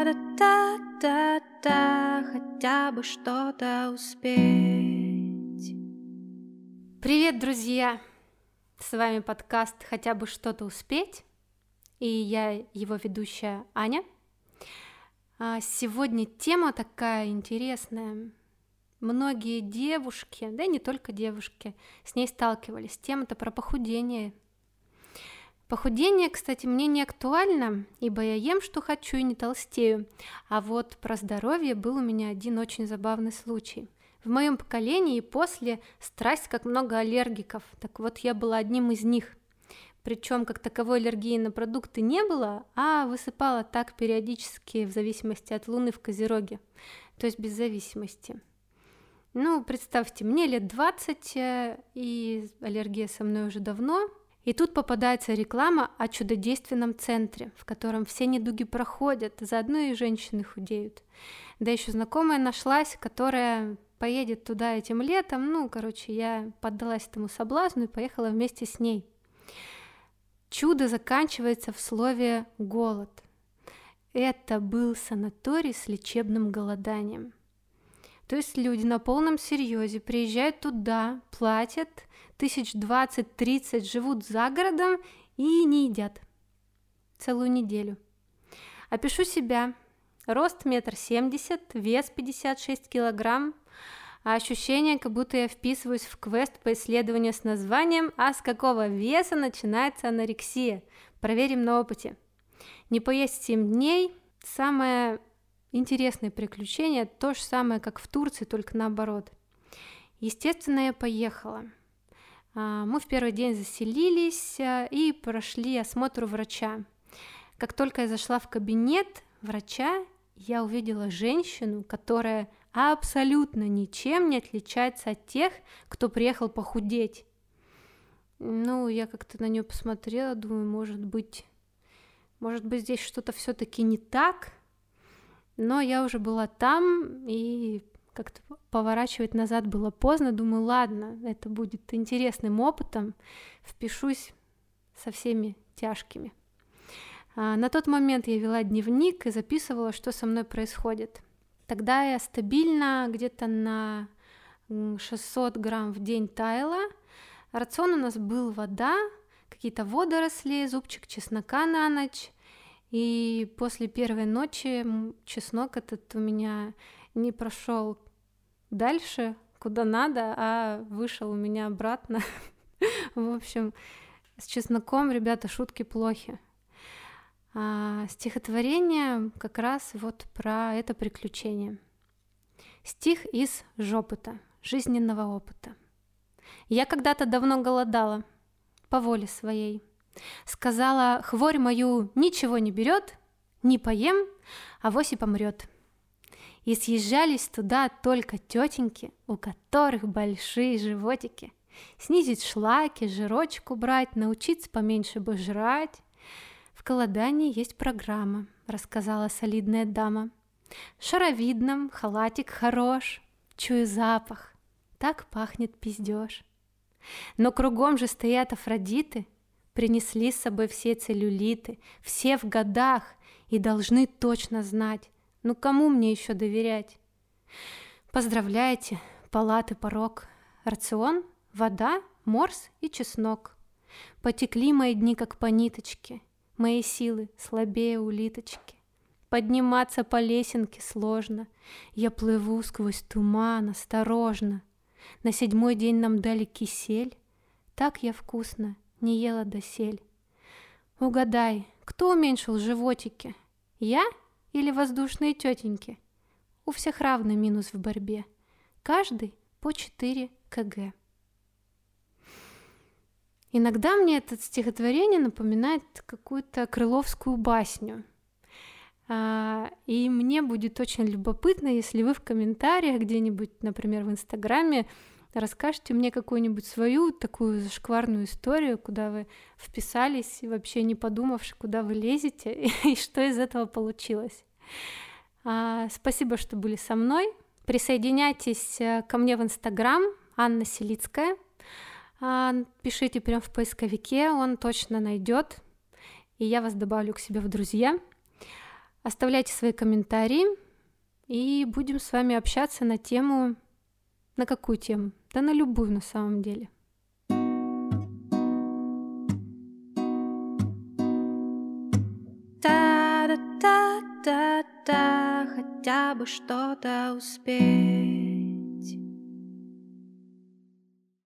Да-да-да-да-да, хотя бы что-то успеть. Привет, друзья! С вами подкаст «Хотя бы что-то успеть», и я его ведущая Аня. Сегодня тема такая интересная. Многие девушки, да и не только девушки, с ней сталкивались. Тема-то про похудение. Похудение, кстати, мне не актуально, ибо я ем, что хочу, и не толстею. А вот про здоровье был у меня один очень забавный случай. В моем поколении и после страсть, как много аллергиков. Так вот, я была одним из них. Причем как таковой аллергии на продукты не было, а высыпала так периодически в зависимости от луны в Козероге, то есть без зависимости. Ну, представьте, мне лет 20, и аллергия со мной уже давно. И тут попадается реклама о чудодейственном центре, в котором все недуги проходят, заодно и женщины худеют. Да еще знакомая нашлась, которая поедет туда этим летом. Я поддалась этому соблазну и поехала вместе с ней. Чудо заканчивается в слове «голод». Это был санаторий с лечебным голоданием. То есть люди на полном серьезе приезжают туда, платят 20-30, живут за городом и не едят целую неделю. Опишу себя. Рост 1,70 м, вес 56 килограмм, а ощущение, как будто я вписываюсь в квест по исследованию с названием «А с какого веса начинается анорексия?». Проверим на опыте. Не поесть 7 дней – самое интересное приключение, то же самое, как в Турции, только наоборот. Естественно, я поехала. Мы в первый день заселились и прошли осмотр у врача. Как только я зашла в кабинет врача, я увидела женщину, которая абсолютно ничем не отличается от тех, кто приехал похудеть. Я как-то на нее посмотрела, думаю, может быть здесь что-то все-таки не так. Но я уже была там, и как-то поворачивать назад было поздно. Думаю, ладно, это будет интересным опытом, впишусь со всеми тяжкими. На тот момент я вела дневник и записывала, что со мной происходит. Тогда я стабильно где-то на 600 грамм в день таяла. Рацион у нас был вода, какие-то водоросли, зубчик чеснока на ночь. И после первой ночи чеснок этот у меня не прошел дальше, куда надо, а вышел у меня обратно. В общем, с чесноком, ребята, шутки плохи. Стихотворение как раз вот про это приключение. Стих из жопыта, жизненного опыта. Я когда-то давно голодала, по воле своей. Сказала, хворь мою ничего не берет, не поем, авось и помрет. И съезжались туда только тетеньки, у которых большие животики. Снизить шлаки, жирочек убрать, научиться поменьше бы жрать. В голодании есть программа, рассказала солидная дама. Шаровидном, халатик хорош, чую запах, так пахнет пиздеж. Но кругом же стоят Афродиты, принесли с собой все целлюлиты, все в годах и должны точно знать, кому мне еще доверять? Поздравляйте, палаты порог, рацион, вода, морс и чеснок. Потекли мои дни, как по ниточке, мои силы слабее улиточки. Подниматься по лесенке сложно, я плыву сквозь туман осторожно. На 7-й день нам дали кисель, так я вкусно не ела досель. Угадай, кто уменьшил животики? Я или воздушные тетеньки? У всех равный минус в борьбе. Каждый по 4 кг. Иногда мне это стихотворение напоминает какую-то крыловскую басню. И мне будет очень любопытно, если вы в комментариях где-нибудь, например, в Инстаграме, расскажите мне какую-нибудь свою такую зашкварную историю, куда вы вписались, вообще не подумавши, куда вы лезете, и что из этого получилось. Спасибо, что были со мной. Присоединяйтесь ко мне в Инстаграм, Анна Селицкая. Пишите прямо в поисковике, он точно найдет, и я вас добавлю к себе в друзья. Оставляйте свои комментарии, и будем с вами общаться на тему... На какую тему? Да на любую на самом деле. Та-да-та-та-та, хотя бы что-то успеть.